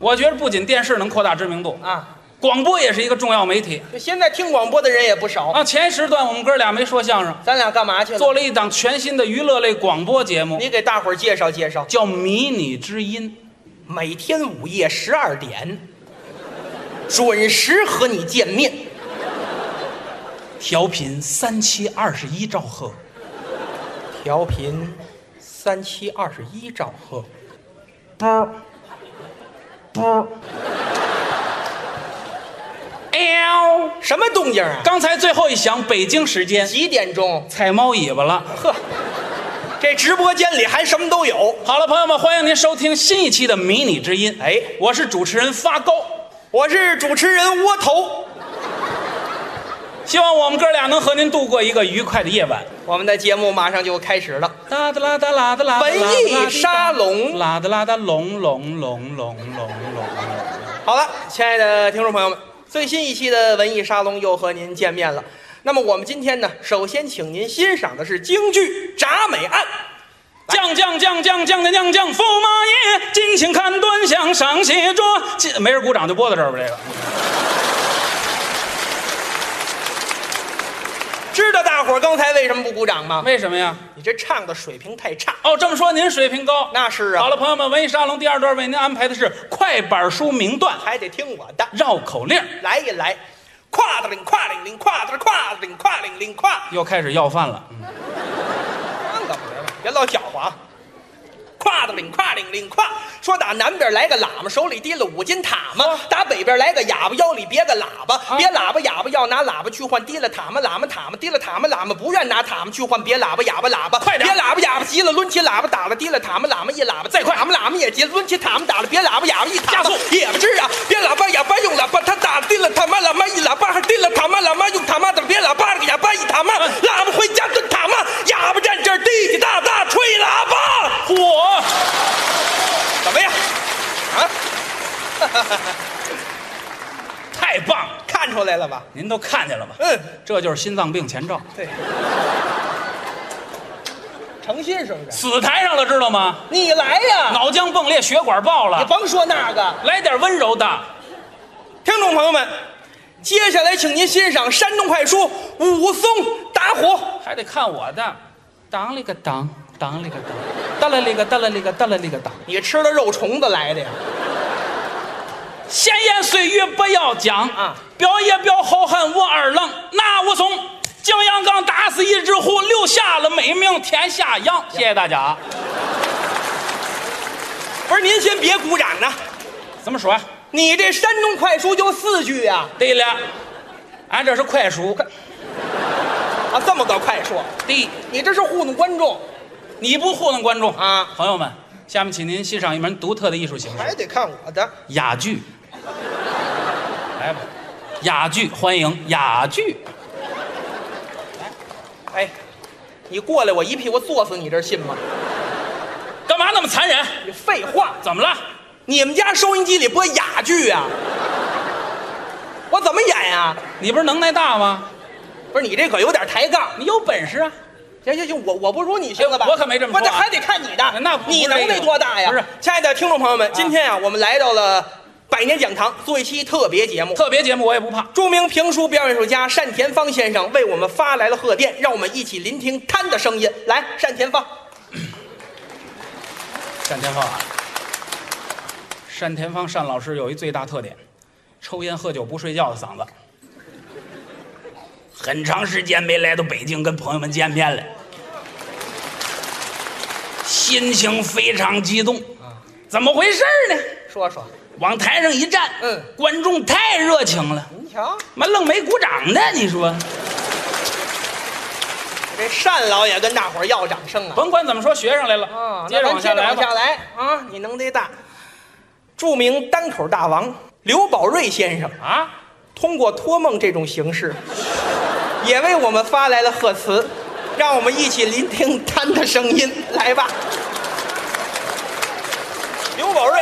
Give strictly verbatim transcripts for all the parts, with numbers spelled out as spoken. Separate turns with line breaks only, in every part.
我觉得不仅电视能扩大知名度
啊，
广播也是一个重要媒体。
就现在听广播的人也不少
啊。前一时段我们哥俩没说相声，
咱俩干嘛去了？
做了一档全新的娱乐类广播节目，
你给大伙儿介绍介绍，
叫《迷你之音》，
每天午夜十二点准时和你见面，
调频三七二十一兆赫，
调频三七二十一兆赫。
啵啵，哎呦，
什么动静啊？
刚才最后一响，北京时间
几点钟？
踩猫尾巴了。
呵，这直播间里还什么都有。
好了，朋友们，欢迎您收听新一期的《迷你之音》。
哎，
我是主持人发高，
我是主持人窝头。
希望我们哥俩能和您度过一个愉快的夜晚。
我们的节目马上就开始了。
哒哒啦哒啦哒啦，
文艺沙龙，
啦哒啦哒隆隆隆隆隆隆。
好了，亲爱的听众朋友们，最新一期的文艺沙龙又和您见面了。那么我们今天呢，首先请您欣赏的是京剧《铡美案》。
将将将将将的将将驸马爷，尽情看端详上写着。没人鼓掌就播到这儿吧，这个。
知道大伙儿刚才为什么不鼓掌吗？
为什么呀？
你这唱的水平太差。
哦，这么说您水平高？
那是啊。
好了，朋友们，文艺沙龙第二段为您安排的是快板书名段，
还得听我的
绕口令。
来一来，胯的领胯领领胯的胯领胯领领胯。
又开始要饭了。嗯，
看看别老搅和啊。胯的领胯领领胯，说打南边来个喇嘛，手里提了五斤塔嘛；打北边来个哑巴，腰里别个喇叭，别喇叭哑巴要拿喇叭去换，提了塔嘛喇嘛塔嘛，提了塔嘛喇嘛不愿拿塔嘛去换，别喇叭哑巴喇叭，
快点！
别喇叭哑巴急了，抡起喇叭打了，提了塔嘛喇嘛一喇叭，再快！喇嘛喇嘛也急了，抡起塔嘛打了，别喇叭哑巴一塔嘛也不是啊，别喇叭哑巴用喇叭他打，提了塔嘛喇嘛一喇叭，还提了塔嘛喇嘛用塔嘛打，别喇叭哑巴一塔嘛，喇叭回家蹲塔嘛，哑巴站这儿滴滴答答吹喇叭，
嚯！
怎么样？啊！
太棒了，
看出来了吧？
您都看见了吧？
嗯，
这就是心脏病前兆。
对，诚心是不是？
死台上了，知道吗？
你来呀！
脑浆迸裂，血管爆了。
你甭说那个，
来点温柔的。
听众朋友们，接下来请您欣赏山东快书《武松打虎》，
还得看我的。当了个当。当了个当，当了个当了个当了个当。
你吃了肉虫子来的呀？
闲言碎语不要讲
啊！
表也表好汉我二郎那武松，景阳冈打死一只虎，留下了美名天下扬。谢谢大家。
不是您先别鼓掌呢，
怎么说？
你这山东快书就四句啊？
对了，俺这是快书
啊，这么个快书。
对，
你这是糊弄观众。
你不糊弄观众
啊，
朋友们，下面请您欣赏一门独特的艺术形式，
还得看我的
哑剧。来吧，哑剧，欢迎哑剧。
哎，你过来，我一屁股坐死你，这信吗？
干嘛那么残忍？
你废话，
怎么了？
你们家收音机里播哑剧啊？我怎么演呀？
你不是能耐大吗？
不是，你这可有点抬杠，
你有本事啊！
行行行，我我不如你行了吧？
我可没这么说、啊，
我这还得看你的。
那不
你能耐多大呀？
不是，
亲爱的听众朋友们，今天啊，我们来到了百年讲堂，做一期特别节目。
特别节目我也不怕。
著名评书表演艺术家单田芳先生为我们发来了贺电，让我们一起聆听他的声音。来，单田芳。
单田芳啊，单田芳单老师有一最大特点，抽烟喝酒不睡觉的嗓子。很长时间没来到北京跟朋友们见面了，心情非常激动。怎么回事呢？
说说。
往台上一站，
嗯，
观众太热情了，
您瞧，
妈愣没鼓掌呢，你说。
这单老也跟大伙儿要掌声啊！
甭管怎么说，学上来了
啊，
接着往下来吧。
往下来啊，你能得大。著名单口大王刘宝瑞先生
啊，
通过托梦这种形式，也为我们发来了贺词，让我们一起聆听他的声音。来吧，刘宝瑞。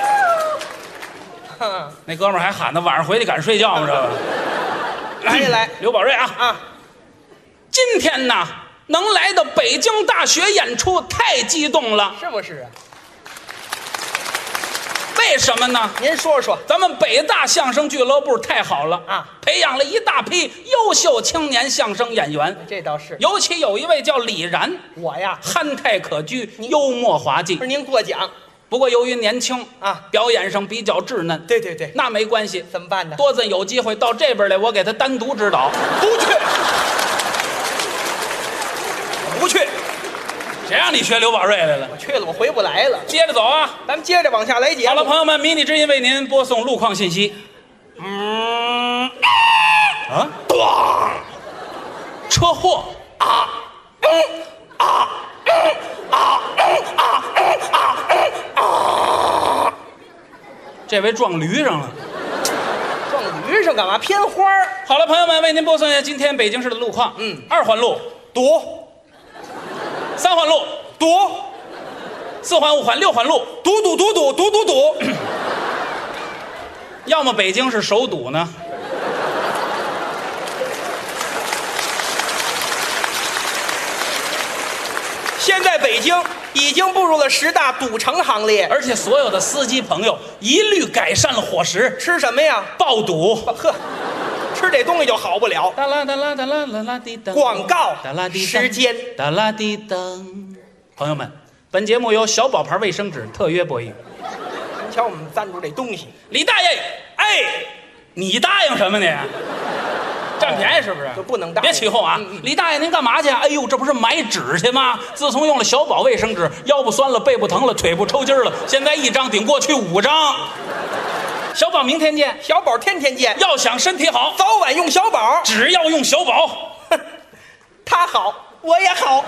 那哥们儿还喊他晚上回去敢睡觉吗？这个，
来一来，
刘宝瑞啊
啊！
今天呢，能来到北京大学演出，太激动了，
是不是啊？
为为什么呢？
您说说。
咱们北大相声俱乐部太好了
啊，
培养了一大批优秀青年相声演员。
这倒是，
尤其有一位叫李然，
我呀，
憨态可掬，幽默滑稽
不。是您过奖。
不过由于年轻
啊，
表演上比较稚嫩。
对对对，
那没关系，
怎么办呢？
多子有机会到这边来，我给他单独指导。
不去，不去，
谁让你学刘宝瑞来了？
我去了，我回不来了。
接着走啊！
咱们接着往下来讲。
好了，朋友们，迷你之音为您播送路况信息。嗯，啊，咣，车祸啊！嗯啊！啊啊啊啊！这回撞驴上了，
撞驴上干嘛？偏花儿。
好了，朋友们，为您播送一下今天北京市的路况。
嗯，
二环路
堵，
三环路
堵，
四环、五环、六环路
堵堵堵堵堵堵堵。
要么北京是首堵呢。
现在北京已经步入了十大赌城行列，
而且所有的司机朋友一律改善了伙食，
吃什么呀？
爆肚。
呵，吃这东西就好不了。
哒啦哒啦哒啦啦啦滴噔。
广告
哒啦滴
时间。
哒啦滴噔。朋友们，本节目由小宝牌卫生纸特约播映。
您瞧我们赞助这东西，
李大爷，哎，你答应什么你？占便宜是不是？
就不能答应。
别起哄啊！
嗯嗯
李大爷，您干嘛去？哎呦，这不是买纸去吗？自从用了小宝卫生纸，腰不酸了，背不疼了，腿不抽筋了，现在一张顶过去五张。小宝，明天见。
小宝天天见，
要想身体好，
早晚用小宝。
只要用小宝。
他好，我也好。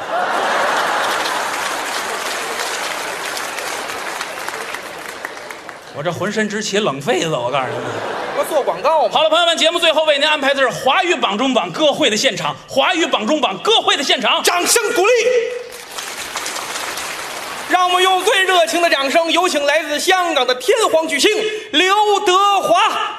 我这浑身直起冷痱子，我告诉你们。
我做广告嘛。
好了，朋友们，节目最后为您安排的是华语榜中榜歌会的现场，华语榜中榜歌会的现场，
掌声鼓励。让我们用最热情的掌声，有请来自香港的天皇巨星刘德华。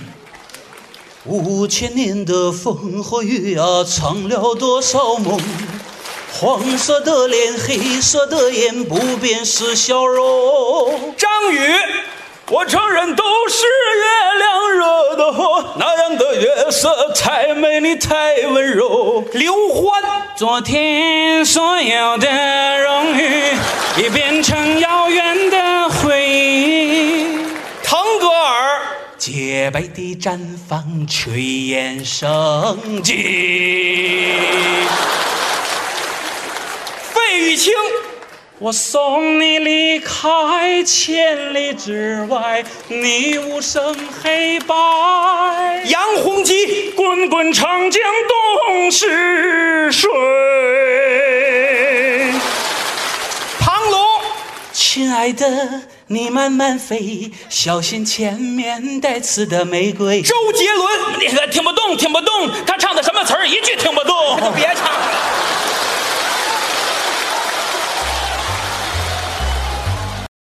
五千年的风和雨啊，藏了多少梦？黄色的脸，黑色的眼，不变是笑容。
张宇。
我承认都是月亮惹的祸，那样的月色太美丽太温柔。
刘欢，
昨天所有的荣誉已变成遥远的回忆。
腾格尔，
洁白的绽放，炊烟升起。
费玉清。
我送你离开千里之外，你无声黑白。
杨洪基，
滚滚长江东逝水。
庞龙，
亲爱的，你慢慢飞，小心前面带刺的玫瑰。
周杰伦，
你可听不懂，听不懂，他唱的什么词儿？一句